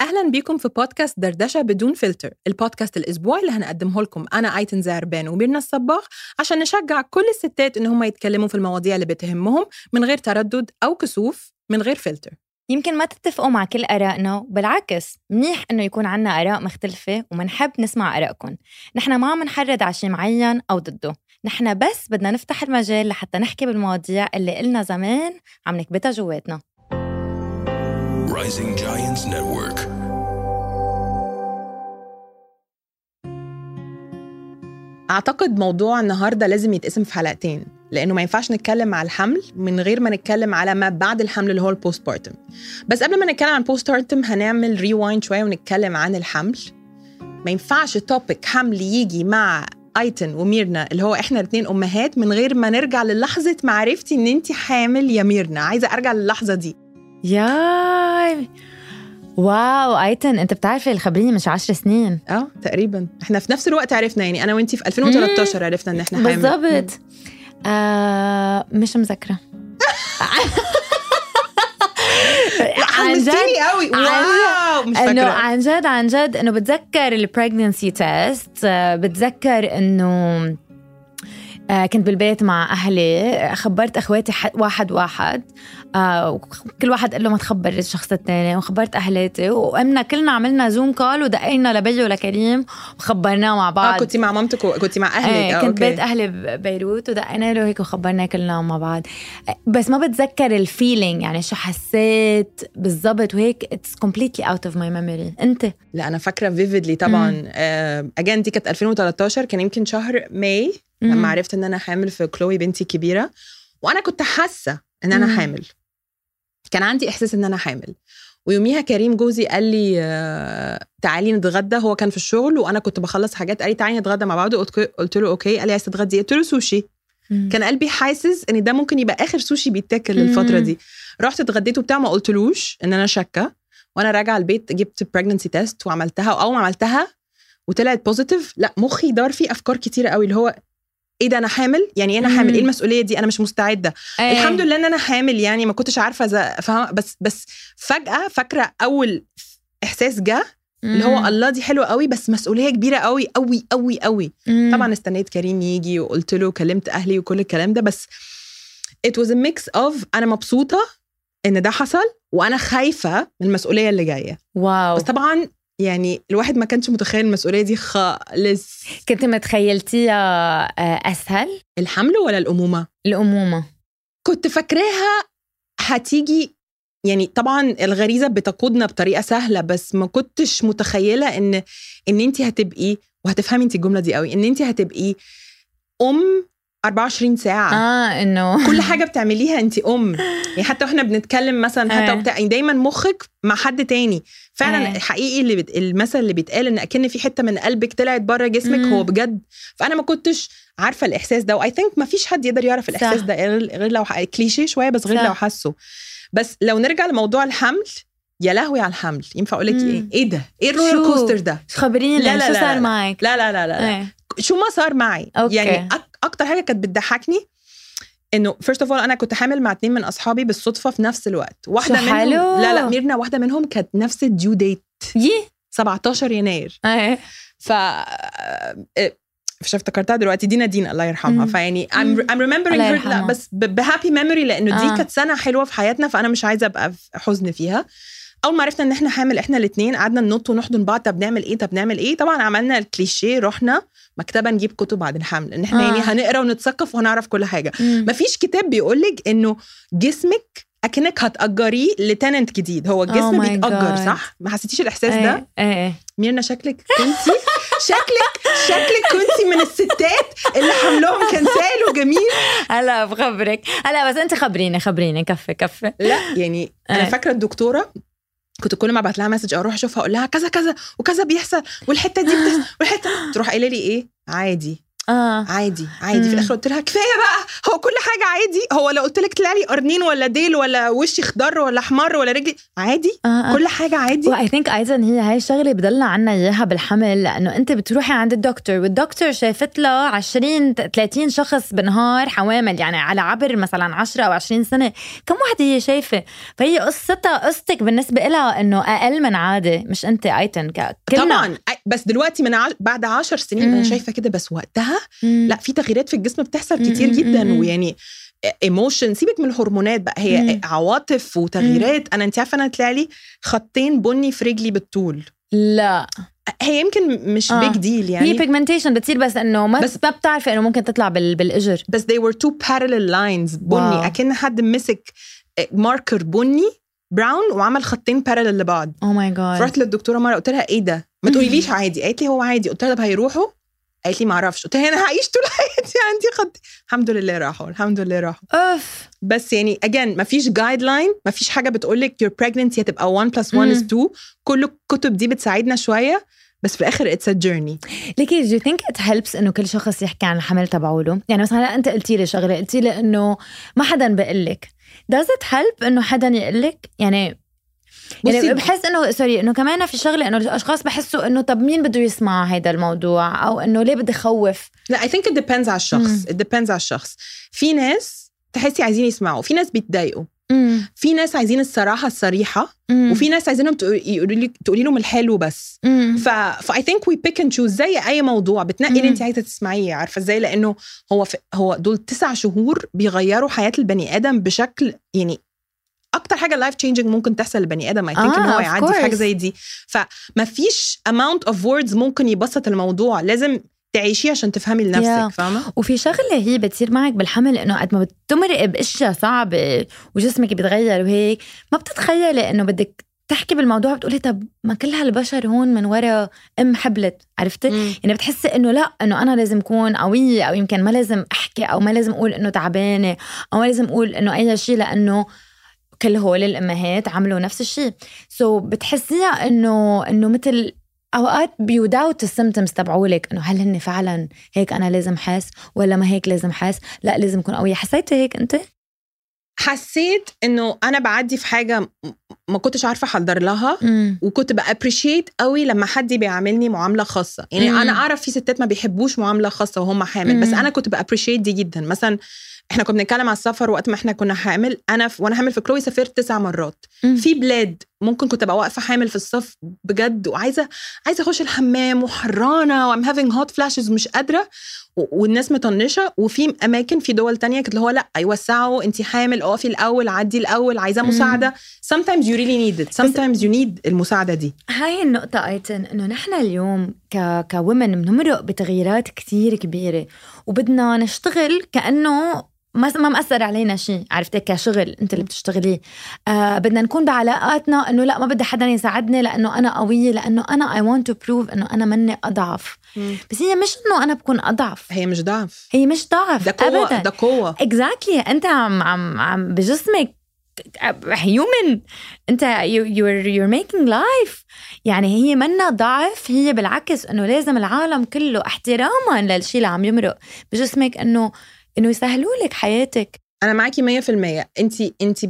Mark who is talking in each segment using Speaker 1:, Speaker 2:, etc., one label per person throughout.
Speaker 1: أهلاً بيكم في بودكاست دردشة بدون فلتر، البودكاست الأسبوعي اللي هنقدمه لكم أنا آيتن زهربان وميرنا الصباغ عشان نشجع كل الستات إن هم يتكلموا في المواضيع اللي بتهمهم من غير تردد أو كسوف، من غير فلتر.
Speaker 2: يمكن ما تتفقوا مع كل آرائنا، بالعكس منيح إنه يكون عنا آراء مختلفة ومنحب نسمع آرائكم. نحن ما منحرض على شيء معين أو ضده، نحن بس بدنا نفتح المجال لحتى نحكي بالمواضيع اللي قلنا زمان عم نكبتها جواتنا.
Speaker 3: Rising Giants Network.
Speaker 1: أعتقد موضوع النهاردة لازم يتقسم في حلقتين، لأنه ما ينفعش نتكلم على الحمل من غير ما نتكلم على ما بعد الحمل اللي هو البوست بارتم. بس قبل ما نتكلم عن البوست بارتم هنعمل ريوايند شوية ونتكلم عن الحمل. ما ينفعش توبيك حمل يجي مع آيتن وميرنا اللي هو إحنا الاثنين أمهات من غير ما نرجع للحظة معرفتي إن أنتي حامل يا ميرنا. عايزة أرجع للحظة دي.
Speaker 2: ياي واو آيتن، أنت بتعرفي الخبرية مش 10 سنين
Speaker 1: تقريبا. إحنا في نفس الوقت عرفنا، يعني أنا وإنتي في 2013 عرفنا إن إحنا حامل
Speaker 2: بالضبط. مش مذكرة.
Speaker 1: حمستيني قوي. واو مش فاكرة.
Speaker 2: إنه عن جد إنه بتذكر البريغننسي تيست، بتذكر إنه كنت بالبيت مع أهلي، خبرت أخواتي واحد كل واحد قال له ما تخبر الشخص الثاني، وخبرت أهلاتي وقمنا كلنا عملنا زوم كول ودقينا لبي ولكريم وخبرناه مع بعض.
Speaker 1: كنتي مع مامتك وكنتي مع أهلك؟
Speaker 2: كنت بيت أهلي ببيروت ودقينا له هيك وخبرنا كلنا مع بعض. بس ما بتذكر الفيلينج، يعني شو حسيت بالضبط وهيك. it's completely out of my memory. أنت؟
Speaker 1: لا أنا فاكرة vividly طبعا. أجان دي كانت 2013، كان يمكن شهر ماي لما عرفت ان انا حامل في كلوي بنتي الكبيره، وانا كنت حاسه ان انا حامل. كان عندي احساس ان انا حامل. ويوميها كريم جوزي قال لي تعالي نتغدى. هو كان في الشغل وانا كنت بخلص حاجات، قال لي تعالي نتغدى مع بعض. قلت له اوكي. قال لي عايز تتغدي؟ قلت له سوشي. كان قلبي حاسس ان ده ممكن يبقى اخر سوشي بيتاكل الفتره دي. رحت اتغديت وبتاع، ما قلتلوش ان انا شاكه. وانا راجعه البيت جبت pregnancy test وعملتها، واول ما عملتها وطلعت بوزيتيف، لا مخي دار فيه افكار كتيره قوي، اللي هو ايه ده انا حامل؟ يعني ايه انا حامل؟ ايه المسؤوليه دي؟ انا مش مستعده. الحمد لله ان انا حامل، يعني ما كنتش عارفه فاهمه. بس فجاه فاكره اول احساس جه اللي هو الله دي حلوه قوي، بس مسؤوليه كبيره قوي قوي قوي قوي. طبعا استنيت كريم يجي وقلت له، كلمت اهلي وكل الكلام ده. بس it was a mix of انا مبسوطه ان ده حصل وانا خايفه من المسؤوليه اللي جايه.
Speaker 2: واو.
Speaker 1: بس طبعا يعني الواحد ما كانش متخيل المسؤولية دي خالص.
Speaker 2: كنت متخيلتيها أسهل
Speaker 1: الحمل ولا الأمومة؟
Speaker 2: الأمومة
Speaker 1: كنت فاكراها هتيجي، يعني طبعا الغريزة بتقودنا بطريقة سهلة، بس ما كنتش متخيلة إن أنتي هتبقي، وهتفهمي أنتي الجملة دي قوي، إن أنتي هتبقي 24 ساعة.
Speaker 2: إنه
Speaker 1: كل حاجة بتعمليها أنتي يعني حتى وإحنا بنتكلم مثلا حتى دايما مخك مع حد تاني. فعلا حقيقي المثل اللي بيتقال إن أكن في حتة من قلبك طلعت بره جسمك، هو بجد. فأنا ما كنتش عارفة الإحساس ده، وآي ثينك ما فيش حد يقدر يعرف الإحساس ده غير لو كليشيه شوية، بس غير لو حسه. بس لو نرجع لموضوع الحمل، يا لهوي على الحمل. ينفع أقولك إيه ده؟ إيه الرولر كوستر ده؟
Speaker 2: خبريني شو صار معك؟
Speaker 1: لا شو ما صار معي. يعني أكتر حاجة كانت بتضحكني إنه first of all أنا كنت حامل مع 2 من أصحابي بالصدفة في نفس الوقت. واحدة منهم لا ميرنا، واحدة منهم كانت نفس الديو ديت 17 يناير. افتكرتها دلوقتي، دينا الله يرحمها. فيعني I'm remembering her، لا بس بهابي ميموري، لأنه دي كانت سنة حلوة في حياتنا، فأنا مش عايزة أبقى حزن فيها. أول ما عرفنا إن إحنا حامل إحنا الاثنين، قعدنا ننط ونحضن بعض. طب نعمل إيه؟ طبعا عملنا الكليشيه، رحنا مكتبة نجيب كتب بعد الحمل، إن إحنا يعني هنقرأ ونتثقف وهنعرف كل حاجة. مفيش كتاب بيقولك إنه جسمك أكنك هتأجري لتننت جديد، هو الجسم بيتأجر، صح؟ ما حسيتيش الإحساس ده؟ ميرنا شكلك كنتي كنتي من الستات اللي حملهم كان سهل وجميل.
Speaker 2: هلا بخبرك، هلا بس أنت خبريني كفي.
Speaker 1: لا يعني أنا فاكرة الدكتورة كنت كل ما ابعت لها مسج اروح اشوفها اقول لها كذا كذا وكذا بيحصل، والحته دي والحته تروح قايله لي ايه عادي. عادي في الاخر قلت لها كفايه بقى، هو كل حاجه عادي، هو لو قلت لك طلع لي قرنين ولا ديل ولا وشي خضر ولا احمر ولا رجلي عادي. كل حاجه عادي.
Speaker 2: واي ثينك ايضا هاي الشغله بضلنا عنا اياها بالحمل، لانه انت بتروحي عند الدكتور والدكتور شايفت له 20 30 شخص بالنهار حوامل، يعني على عبر مثلا 10 أو 20 سنه، كم وحده هي شايفه؟ فهي قصتك بالنسبه لها انه اقل من عادي، مش انت ايتن
Speaker 1: طبعا. بس دلوقتي بعد 10 سنين انا شايفه كده، بس وقتها لا، في تغييرات في الجسم بتحصل كتير جدا، ويعني ايموشن، سيبك من الهرمونات بقى، هي عواطف وتغييرات. انت عارفه انا طلع لي خطين بني في رجلي بالطول.
Speaker 2: لا
Speaker 1: هي يمكن مش بيج ديل، يعني
Speaker 2: هي بيجمنتيشن بتصير، بس انه ما بتعرفي انه ممكن تطلع بالاجر.
Speaker 1: بس they were two parallel lines بني، اكن حد مسك ماركر بني براون وعمل خطين بارلل لبعض.
Speaker 2: او ماي جاد.
Speaker 1: رحت للدكتوره مره قلت لها ايه ده، ما تقوليليش عادي. قالت لي هو عادي. قلت لها طب هيروحوا؟ قالت لي ما اعرفش. قلت لها انا هعيش طول حياتي عندي خط. الحمد لله راحوا، الحمد لله راحوا. بس يعني again ما فيش جايد لاين، ما فيش حاجه بتقول لك your pregnancy هتبقى 1 + 1 is 2. كل الكتب دي بتساعدنا شويه، بس في الاخر it's a journey.
Speaker 2: لكن do you think it helps انه كل شخص يحكي عن الحمل تبعوله؟ يعني مثلا انت قلتي لي شغله، قلتي لي انه ما حدا بيقول لك. does it help انه حدا يقول لك؟ يعني بحس انه سوري انه كمان في شغله انه الاشخاص بحسوا انه طب مين بده يسمع هذا الموضوع، او انه ليه بدي خوف.
Speaker 1: لا I think it depends على الشخص. it depends على الشخص. في ناس تحسي عايزين يسمعوا، في ناس بيتضايقوا، في ناس عايزين الصراحه الصريحه، وفي ناس عايزينهم تقولي لهم الحلو بس. ف I think we pick and choose زي اي موضوع، بتنقي اللي انت عايزه تسمعيه. عارفه ازاي؟ لانه هو دول 9 شهور بيغيروا حياه البني ادم بشكل، يعني اكتر حاجه لايف تشينجينج ممكن تحصل للبني ادم. I think ان هو يعدي في حاجه زي دي. فما فيش amount of words ممكن يبسط الموضوع، لازم تعيشيه عشان تفهمي لنفسك. فاهمه؟
Speaker 2: وفي شغله هي بتصير معك بالحمل، انه قد ما بتمرق باشياء صعبه وجسمك بيتغير وهيك، ما بتتخيلي انه بدك تحكي بالموضوع، بتقولي طب ما كل هالبشر هون من وراء حبلت. عرفتي؟ يعني بتحسي انه لا، انه انا لازم اكون قويه، او يمكن ما لازم احكي، او ما لازم اقول انه تعبانه، او ما لازم اقول انه اي شيء، لانه كل هول الامهات عملوا نفس الشيء. بتحسيها انه مثل اوقات بيوداوت السيمبتومز تبعولك، انه هل هن فعلا هيك انا لازم حاس، ولا ما هيك لازم حاس، لا لازم اكون قويه. حسيتي هيك انت؟
Speaker 1: حسيت انه انا بعدي في حاجه ما كنتش عارفه احضر لها، وكنت بأبريشيت قوي لما حد بيعاملني معامله خاصه. يعني انا اعرف في ستات ما بيحبوش معامله خاصه وهم حامل، بس انا كنت بأبريشيت دي جدا. مثلا احنا كنا بنتكلم على السفر وقت ما احنا كنا حامل، وانا حامل في كلوي سافرت 9 مرات في بلاد. ممكن كنت ابقى واقفه حامل في الصف بجد، وعايزه اخش الحمام وحرانه وام هافينج هوت فلاشز ومش قادره، والناس مطنشه. وفي اماكن في دول تانية كده اللي هو لا يوسعوا، انت حامل اقفي الاول، عدي الاول، عايزه مساعده. sometimes you really need it, sometimes you need المساعده دي.
Speaker 2: هاي النقطه ايتن، انه نحن اليوم كومن بنمرق بتغييرات كتير كبيره، وبدنا نشتغل كانه ما مأثر علينا شيء. عرفتي؟ كشغل انت اللي بتشتغليه. بدنا نكون بعلاقاتنا انه لا، ما بدي حدا يساعدني لانه انا قويه، لانه انا I want to prove انه انا مني اضعف. بس هي مش انه انا بكون اضعف،
Speaker 1: هي مش ضعف،
Speaker 2: هي مش ضعف،
Speaker 1: ده قوه
Speaker 2: ابدا،
Speaker 1: ده قوه.
Speaker 2: exactly. انت عم بجسمك human، انت you're making life. يعني هي منا ضعف، هي بالعكس انه لازم العالم كله احتراما للشيء اللي عم يمرق بجسمك، انه يسهلوا لك حياتك.
Speaker 1: انا معاكي 100%. انت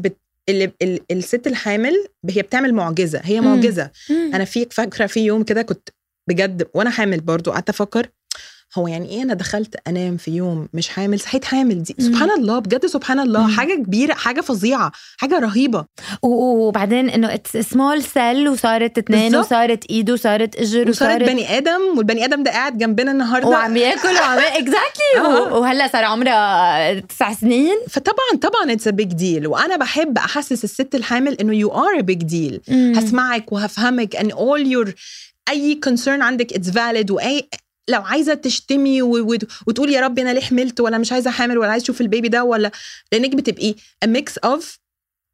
Speaker 1: الست الحامل هي بتعمل معجزه، هي معجزه. انا فاكره في يوم كده كنت بجد وانا حامل برضو قعدت افكر، هو يعني ايه انا دخلت انام في يوم مش حامل صحيت حامل؟ دي سبحان الله، بجد سبحان الله. حاجه كبيره، حاجه فظيعه، حاجه رهيبه.
Speaker 2: وبعدين انه سمول سيل وصارت 2 وصارت ايد وصارت اجر
Speaker 1: وصارت بني ادم، والبني ادم ده قاعد جنبنا النهارده
Speaker 2: وعم ياكل وعم اكزاكتلي وهلا صار عمرها 9 سنين.
Speaker 1: فطبعا اتس ا بيج ديل. وانا بحب احسس الست الحامل انه يو ار ا بيج ديل. هسمعك وهفهمك ان اول يور اي كونسيرن عندك اتس فاليد. واي لو عايزه تشتمي وتقول يا رب انا ليه حملت، ولا مش عايزه حامل، ولا عايزه اشوف البيبي ده، ولا لانك بتبقي a mix of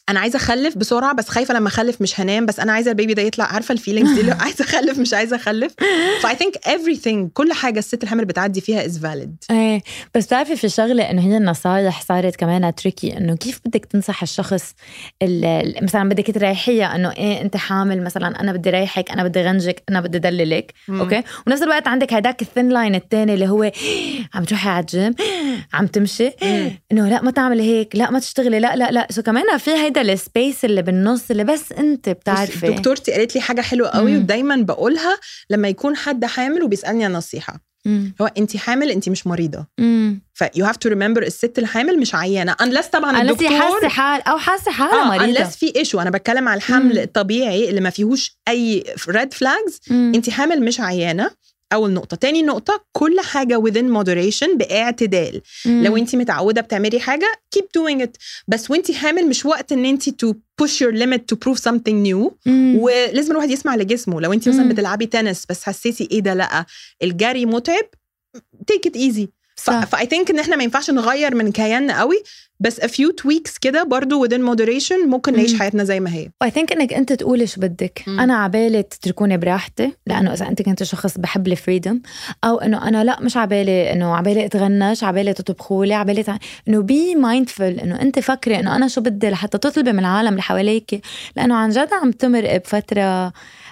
Speaker 1: انا عايزه اخلف بسرعه بس خايفه لما اخلف مش هنام، بس انا عايزه البيبي ده يطلع، عارفه الفيلينجز دي اللي عايزه اخلف مش عايزه اخلف. ف I think everything كل حاجه الست الحامل بتعدي فيها is valid.
Speaker 2: ايه بس تعرفي في شغله انه هي النصايح صارت كمان تريكي، انه كيف بدك تنصح الشخص مثلا بدك تريحيه انه ايه انت حامل مثلا، انا بدي ريحك، انا بدي غنجك، انا بدي دللك اوكي، ونفس الوقت عندك هداك الثين لاين الثاني اللي هو عم تروحي على الجيم عم تمشي انه لا ما تعملي هيك، لا ما تشتغلي، لا لا لا. سو كمان في هيدا السبيس اللي بالنص اللي بس انت بتعرفي.
Speaker 1: دكتورتي قالت لي حاجه حلوه قوي ودايما بقولها لما يكون حد حامل وبيسالني عن نصيحه، هو انت حامل، انت مش مريضه. ف you have to remember الست الحامل مش عيانه unless طبعا الدكتور
Speaker 2: حاسه حال او حاسه حاله مريضه.
Speaker 1: unless في issue. انا بتكلم على الحمل الطبيعي اللي ما فيهوش اي red flags. انت حامل مش عيانه، أول نقطة. تاني نقطة، كل حاجة within moderation باعتدال. لو انتي متعودة بتعملي حاجة keep doing it، بس وانتي حامل مش وقت ان انتي to push your limit to prove something new. ولازم الواحد يسمع لجسمه. لو انتي مثلا بتلعبي تنس بس حسيتي ايه ده لأ الجري متعب take it easy. I think ان احنا ما ينفعش نغير من كياننا قوي، بس a few tweaks كده برضو within moderation ممكن نعيش حياتنا زي ما هي.
Speaker 2: I think انك انت تقولي شو بدك. انا عبالي تتركوني براحتي، لانه اذا انت كنت شخص بحب الفريدم، او انه انا لا مش عبالي، انه عبالي اتغنش، عبالي تطبخولي، عبالي انه بي مايندفul، انه انت فكري انه انا شو بدي لحتى تطلبي من العالم اللي حواليك، لانه عن جد عم تمرق بفتره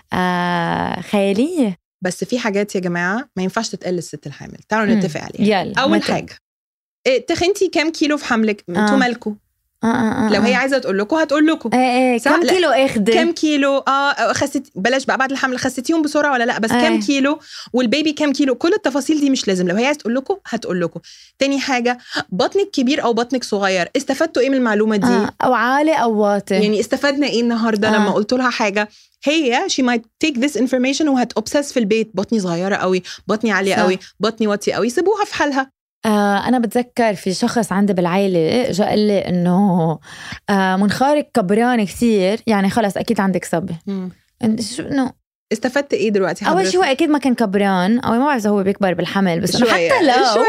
Speaker 2: خياليه. بس
Speaker 1: في حاجات يا جماعه ما ينفعش تتقل الست الحامل، تعالوا نتفق عليها. اول حاجه تخنتي كام كيلو في حملك؟ انتوا مالكم؟ لو هي عايزه تقول لكم هتقول لكم
Speaker 2: كم كيلو اخدي،
Speaker 1: كم كيلو خسيتي، بلاش بقى بعد الحمل خسيتيهم بسرعه ولا لا، بس كم كيلو، والبيبي كم كيلو، كل التفاصيل دي مش لازم. لو هي عايزه تقول لكم هتقول لكم. تاني حاجه، بطنك كبير او بطنك صغير، استفدتوا ايه من المعلومه دي؟
Speaker 2: او عالي او واطي،
Speaker 1: يعني استفدنا ايه النهارده لما قلت لها حاجه؟ هي she might take this information وهتobsess في البيت، بطني صغيرة قوي، بطني عالية قوي، بطني واطية قوي، سيبوها في حالها.
Speaker 2: أنا بتذكر في شخص عندي بالعائلة جاء قال لي إنه منخارك كبران كثير، يعني خلاص أكيد عندك صبي. شو إنه
Speaker 1: استفدت إيه دلوقتي حضرتك؟
Speaker 2: أول شيء أكيد ما كان كبران، أو ما بعرف إذا هو بيكبر بالحمل، بس حتى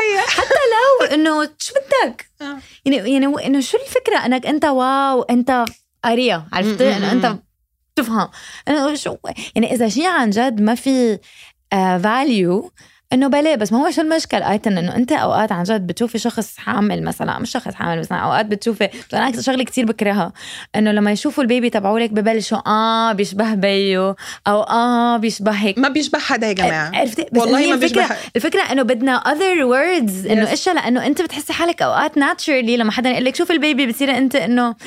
Speaker 2: لو إنه شو بدك يعني إنه شو الفكرة إنك أنت واو أنت قرية، عرفتي إنه أنت تفهم أنا شو يعني إذا شيء عن جد ما في value إنه بلاه. بس ما هو شو المشكل أيضاً إنه أنت أوقات عن جد بتشوفي شخص حامل مثلا، مش شخص حامل مثلا، أوقات بتشوفي أنا شغلة كتير بكرهها، إنه لما يشوفوا البيبي تبعولك ببلشوا بيشبه بيو أو بيشبهك.
Speaker 1: ما بيشبه حدا يا جماعة،
Speaker 2: والله ما بيشبه. الفكرة إنه بدنا other words إنه إيش، لأنه أنت بتحسي حالك أوقات naturally لما حدا يقولك شوف البيبي بتصير أنت إنه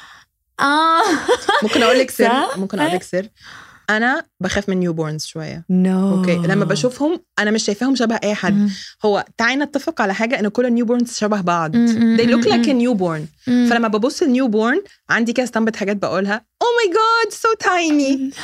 Speaker 1: ممكن أقول لك سر أنا بخاف من نيوبورنز شوية. أوكي، لما بشوفهم أنا مش شايفاهم شبه أي حد. هو تعالي نتفق على حاجة، إن كل النيوبورنز شبه بعض. they look like a newborn. فلما ببص النيوبورن عندي كده استنبط حاجات بقولها oh my god so tiny.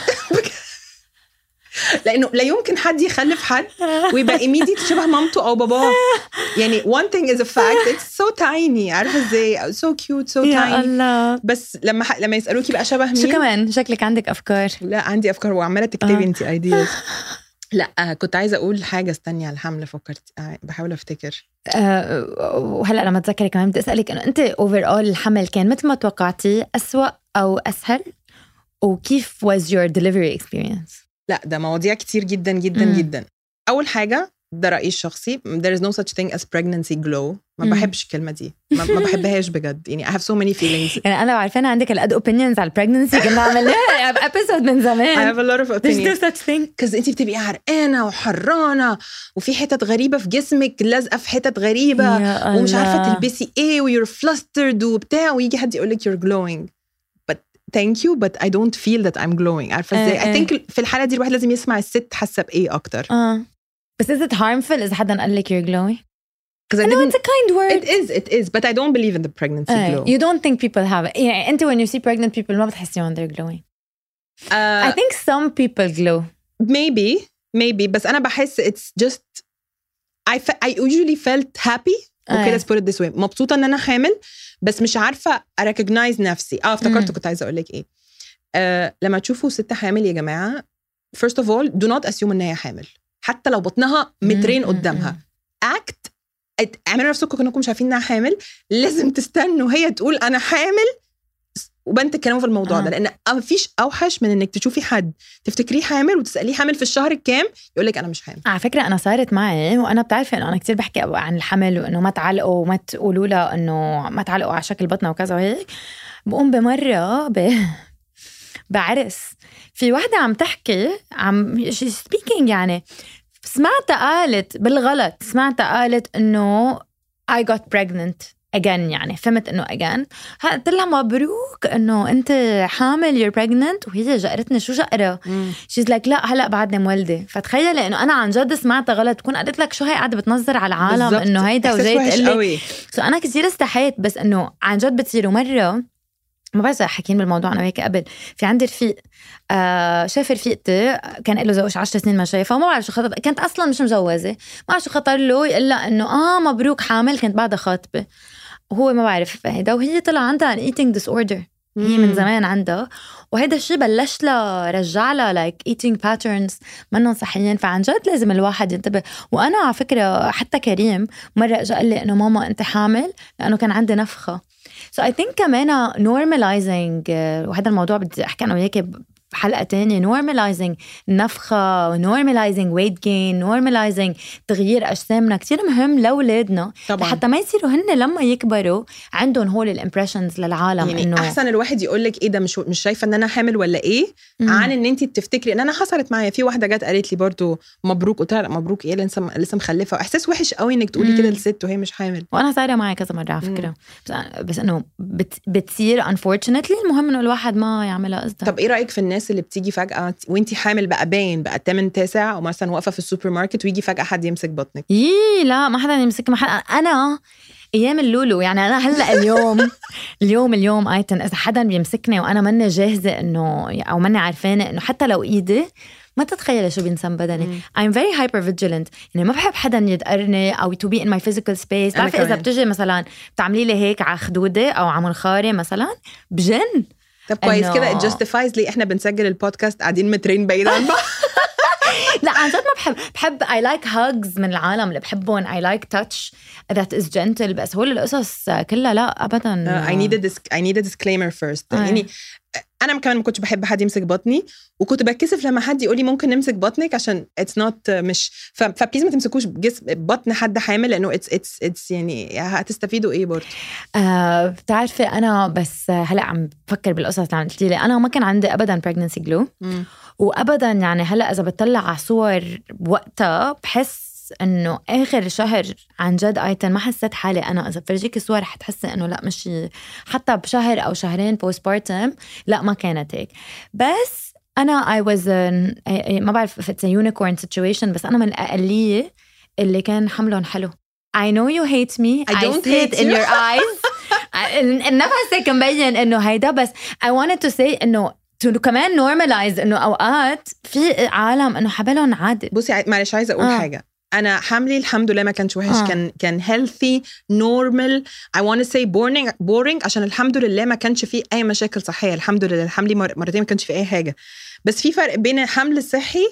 Speaker 1: لأنه لا يمكن حد يخلف حد ويبقى immediately شبه مامته أو باباه. يعني one thing is a fact, it's so tiny. عارفة إزاي so cute so tiny.
Speaker 2: الله.
Speaker 1: بس لما يسألوكي بقى شبه مين،
Speaker 2: شو كمان شكلك عندك أفكار؟
Speaker 1: لا عندي أفكار وعمالة تكتبي انتي ideas. لا كنت عايزة أقول حاجة استني على الحمل، فكرت بحاول أفتكر.
Speaker 2: وهلأ لما تذكري كمان بدي أسألك إنه أنت overall الحمل كان مثل ما توقعتي، أسوأ أو أسهل، وكيف was your delivery experience؟
Speaker 1: لا ده مواضيع كتير جدا جدا جدا. أول حاجة ده رأيي الشخصي، there is no such thing as pregnancy glow. ما بحبش الكلمة دي، ما بحبهاش بجد. يعني I have so many feelings.
Speaker 2: يعني أنا عارفة أنا عندك الأد opinions على pregnancy، كنا عملناها episode من زمان.
Speaker 1: I have a lot of opinions.
Speaker 2: There's no such thing.
Speaker 1: Because أنتي بتبقي عرقانة وحرانة وفي حتت غريبة في جسمك لازقة في حتت غريبة ومش عارفة تلبسي إيه و you're flustered وبتاع، ويجي حد يقولك you're glowing. Thank you but I don't feel that I'm glowing. عارفة إزاي؟ I think في الحالة دي الواحد لازم يسمع الست حاسة بإيه أكتر.
Speaker 2: بس is it harmful إذا حدا قال لك you're glowing? I know it's a kind word.
Speaker 1: It is but I don't believe in the pregnancy glow.
Speaker 2: You don't think people have it. يعني أنت when you see pregnant people ما بتحسيهم they're glowing. I think some people glow. Maybe بس أنا بحس it's just I usually felt happy. Okay, let's put it this way. مبسوطة إن أنا حامل بس مش عارفة recognize نفسي. افتكرت كنت عايزة أقولك إيه. لما تشوفوا ست حامل يا جماعة, first of all do not assume إن هي حامل حتى لو بطنها مترين قدامها. اعملوا نفسكم كأنكم مش عارفين إنها حامل. لازم تستنوا هي تقول أنا حامل
Speaker 1: وبنت الكلام في الموضوع ده، لان مفيش اوحش من انك تشوفي حد تفتكريه حامل وتساليه حامل في الشهر الكام يقول لك انا مش حامل.
Speaker 2: على فكره انا صارت معي، وانا بتعرفي انه انا كتير بحكي عن الحمل وانه ما تعلقوا وما تقولوا لها انه ما تعلقوا على شكل بطنه وكذا وهيك. بقوم بمره بعرس في واحده عم تحكي شي سبيكينج، يعني سمعتها قالت بالغلط، سمعتها قالت انه I got pregnant again، يعني فهمت انه again. قلت لها مبروك انه انت حامل you're pregnant، وهي جقرتني شو جقرة. she's like لا هلا بعدني مولدة. فتخيلي انه انا عن جد سمعتها غلط، تكون قالت لك شو هي قاعدة بتنظر على العالم انه هيدا وجاي تقلي. انا كثير استحيت، بس انه عن جد بتصير. مرة ما بعرف حكين بالموضوع انا وياك قبل، في عندي رفيق شاف رفيقتي كان له زوج 10 سنين ما شايفه، وما بعرف شو خطب، كانت اصلا مش مجوزه، ما بعرف شو خطر له الا انه مبروك حامل، كانت بعدها خاطبه وهو ما بعرف هيدا. وهي طلع عندها an eating disorder، هي من زمان عندها، وهيدا الشيء بلش لها رجع لها like eating patterns منهم صحيين. فعن جد لازم الواحد ينتبه. وانا على فكره حتى كريم مره اجى قال لي انه ماما انت حامل لانه كان عندي نفخه. So I think كمان normalizing، وهذا الموضوع بدي أحكي أنا وياك بحلقة تانية، normalizing النفخة، normalizing weight gain، normalizing تغيير أجسامنا كتير مهم لأولادنا حتى ما يصيروا هن لما يكبروا عندهم هول الامبريشنز للعالم.
Speaker 1: يعني
Speaker 2: إنه
Speaker 1: أحسن الواحد يقولك إيه ده مش شايفة إن أنا حامل ولا إيه، عن إن أنتي تفتكري إن أنا حصلت معايا. في واحدة جت قالت لي برضو مبروك، قلت لها مبروك إيه لسه مخلفة، وإحساس وحش قوي إنك تقولي كده للست وهي مش حامل.
Speaker 2: وأنا صايرة معي كذا مرة على فكرة، بس إنه بتصير unfortunately. المهم إنه الواحد ما يعملها قصده.
Speaker 1: طب إيه رأيك في الناس اللي بتيجي فجأة وانتي حامل بقى باين بقى 8-9 او مثلا واقفة في السوبر ماركت ويجي فجأة حد يمسك بطنك؟
Speaker 2: لا ما حدا يمسك أنا ايام اللولو، يعني انا هلا اليوم ايتن اذا حدا بيمسكني وانا ماني جاهزه انه او ماني عارفانه انه حتى لو ايدي ما تتخيل شو بينسم بدني. I'm very hyper vigilant، يعني ما بحب حدا يدقرني او to be in my physical space. تعرفي اذا بتجي مثلا بتعملي لي هيك على خدودي او على منخاري مثلا بجن.
Speaker 1: طب كويس كده it justifies لي احنا بنسجل البودكاست قاعدين مترين بعيد عن بعض.
Speaker 2: لا عن جد ما بحب I like hugs من العالم اللي بحبهم، I like touch that is gentle، بس هول القصص كلها لا أبدا.
Speaker 1: I need a disclaimer first. يعني أنا كمان ما كنتش بحب حد يمسك بطني، وكنت بتكسف لما حد يقولي ممكن نمسك بطنك عشان it's not مش فبليز ما تمسكوش بطن حد حامل لأنه it's يعني هتستفيدوا إيه برضه.
Speaker 2: بتعرفي أنا بس هلأ عم بفكر بالقصص اللي عم قلتي لي. أنا ما كان عندي أبدا pregnancy glow، وأبدا يعني هلأ إذا بتطلع على صور وقتها بحس إنه آخر شهر عن جد أيتن ما حسيت حالي. أنا إذا فرجيك صور حتحسي إنه لا مش حتى بشهر أو شهرين postpartum لا ما كانت هيك. بس أنا I was ما بعرف if it's a unicorn situation، بس أنا من الأقلية اللي كان حملهم حلو. I know you hate me.
Speaker 1: I don't
Speaker 2: see it
Speaker 1: hate
Speaker 2: in
Speaker 1: you.
Speaker 2: your eyes. النفسك مبين إنه هيدا، بس I wanted to say إنه كمان normalize إنه أوقات في عالم إنه حبلهم عادي.
Speaker 1: بصي معلش عايزة أقول حاجة. أنا حملي الحمد لله ما كانش وحش، كان healthy normal. I want to say boring عشان الحمد لله ما كانش فيه أي مشاكل صحية. الحمد لله حملي مرتين ما كانش فيه أي حاجة. بس في فرق بين الحمل الصحي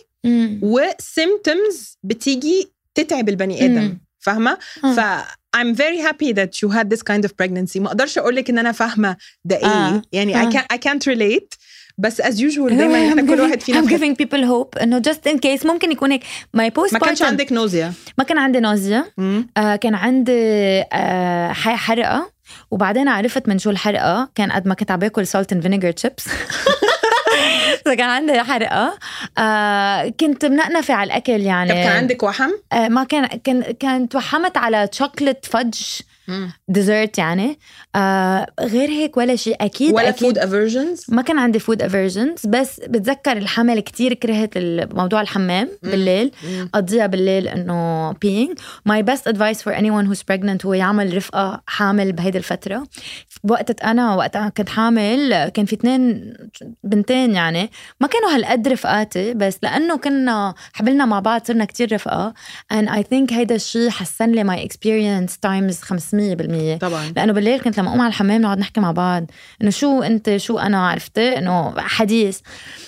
Speaker 1: وsymptoms بتيجي تتعب البني آدم، فاهمة؟ I'm very happy that you had this kind of pregnancy. ما أقدرش أقولك إن أنا فاهمة ده إيه، يعني I can't relate. بس as usual دايما احنا كل واحد فينا
Speaker 2: I'm giving people hope انه just in case ممكن يكون هيك my postpartum.
Speaker 1: ما كانش عندك نوزيا؟
Speaker 2: ما كان عندي نوزيا. كان عندي حرقة، وبعدين عرفت من شو الحرقة. كان قد ما كنت عم باكل salt and vinegar chips فكان عندي حرقة. كنت منقنفة على الأكل يعني.
Speaker 1: طب كان عندك وحم؟
Speaker 2: ما كان توحمت على chocolate fudge ديزرت يعني. غير هيك ولا شيء أكيد.
Speaker 1: ولا
Speaker 2: أكيد
Speaker 1: food aversions؟
Speaker 2: ما كان عندي food aversions، بس بتذكر الحمل كتير كرهت موضوع الحمام بالليل. قضيها بالليل إنه peeing. My best advice for anyone who's pregnant هو يعمل رفقة حامل بهيدي الفترة. وقتها كنت حامل كان في 2 بنتين، يعني ما كانوا هالقد رفقاتي، بس لأنه كنا حبلنا مع بعض صرنا كتير رفقة. and I think هيدا الشيء حسن لي my experience times 500%.
Speaker 1: طبعا
Speaker 2: لأنه بالليل كنت لما أقوم على الحمام نقعد نحكي مع بعض إنه شو أنت شو أنا، عرفت إنه حديث.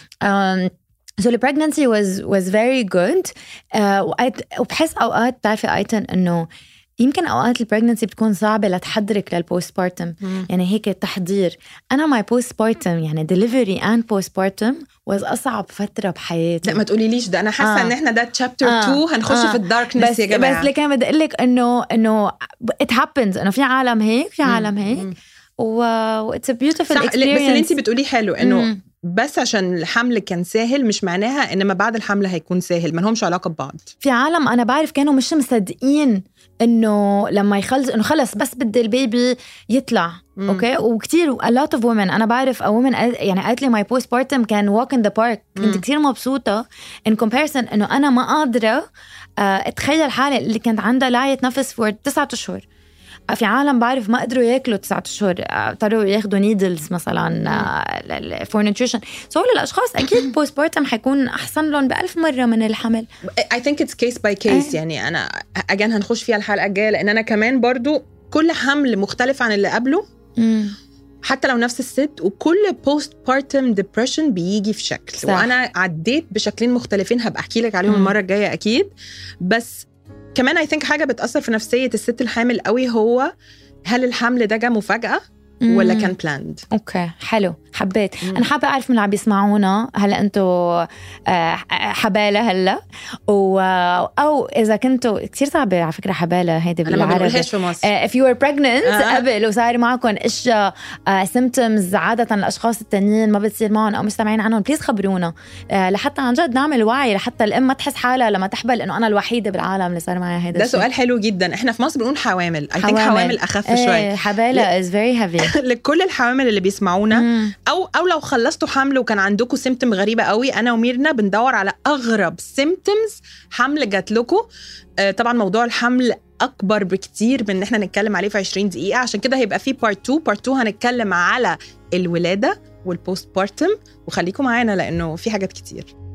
Speaker 2: So the pregnancy was very good. وبحس أوقات تعرفي أيتن إنه يمكن أوقات البريجننسي بتكون صعبة لتحضرك للبوست بارتم. يعني هيك التحضير. أنا ماي بوست بارتم يعني delivery and بوست بارتم was أصعب فترة بحياتي.
Speaker 1: لا ما تقولي ليش ده، أنا حاسة إن إحنا ده chapter 2 هنخش في الداركنس يا جماعة.
Speaker 2: بس لكن بدي أقولك إنه it happens، إنه في عالم هيك في عالم هيك it's a beautiful experience. بس
Speaker 1: اللي أنتي بتقوليه حلو إنه بس عشان الحمل كان سهل مش معناها إن ما بعد الحمل هيكون سهل، ما لهمش علاقة ببعض.
Speaker 2: في عالم أنا بعرف كانوا مش مصدقين إنه لما يخلص إنه خلص بس بدي البيبي يطلع. أوكي. وكتير a lot of women أنا بعرف a woman يعني قالت لي my postpartum كان walk in the park. كنت كتير مبسوطة in comparison إنه أنا ما قادرة أتخيل حالي اللي كانت عندها لعية نفس for 9 أشهر. في عالم بعرف ما قدروا ياكلوا 9 أشهر، اضطروا ياخدوا نيدلز مثلا for nutrition. هول الأشخاص أكيد بوست بارتم حيكون أحسن لهم ب1000 مرة من الحمل.
Speaker 1: I think it's case by case. يعني أنا again هنخش فيها الحلقة الجاية، لأن أنا كمان برضو كل حمل مختلف عن اللي قبله حتى لو نفس الست، وكل بوست بارتم ديبريشن بيجي في شكل. صح. وأنا عديت بشكلين مختلفين هبقى أحكي لك عليهم المرة الجاية أكيد. بس كمان I think حاجة بتأثر في نفسية الست الحامل قوي هو هل الحمل ده جا مفاجأة ولا كان بلاند.
Speaker 2: اوكي حلو، حبيت. انا حابه اعرف من اللي عم يسمعونا هل انتوا حباله هلا او اذا كنتوا كتير صعبه على فكره حباله هيدي بالعربي.
Speaker 1: انا ما بقولهاش في مصر.
Speaker 2: if you were pregnant قبل وصار معكم اشياء symptoms عاده الاشخاص التانيين ما بتصير معهم او مستمعين عنهم، بليز خبرونا لحتى عن جد نعمل وعي، لحتى الام ما تحس حالها لما تحبل انه انا الوحيده بالعالم اللي صار معي هذا.
Speaker 1: ده سؤال حلو جدا. احنا في مصر بنقول حوامل. I think حوامل اخف شوي.
Speaker 2: حباله is very heavy.
Speaker 1: لكل الحوامل اللي بيسمعونا او لو خلصتوا حمل وكان عندكم سيمتم غريبه قوي، انا وميرنا بندور على اغرب سيمتمز حمل جات لكم. طبعا موضوع الحمل اكبر بكتير من ان احنا نتكلم عليه في 20 دقيقه، عشان كده هيبقى في بارت 2 هنتكلم على الولاده والبوست بارتم، وخليكم معانا لانه في حاجات كتير.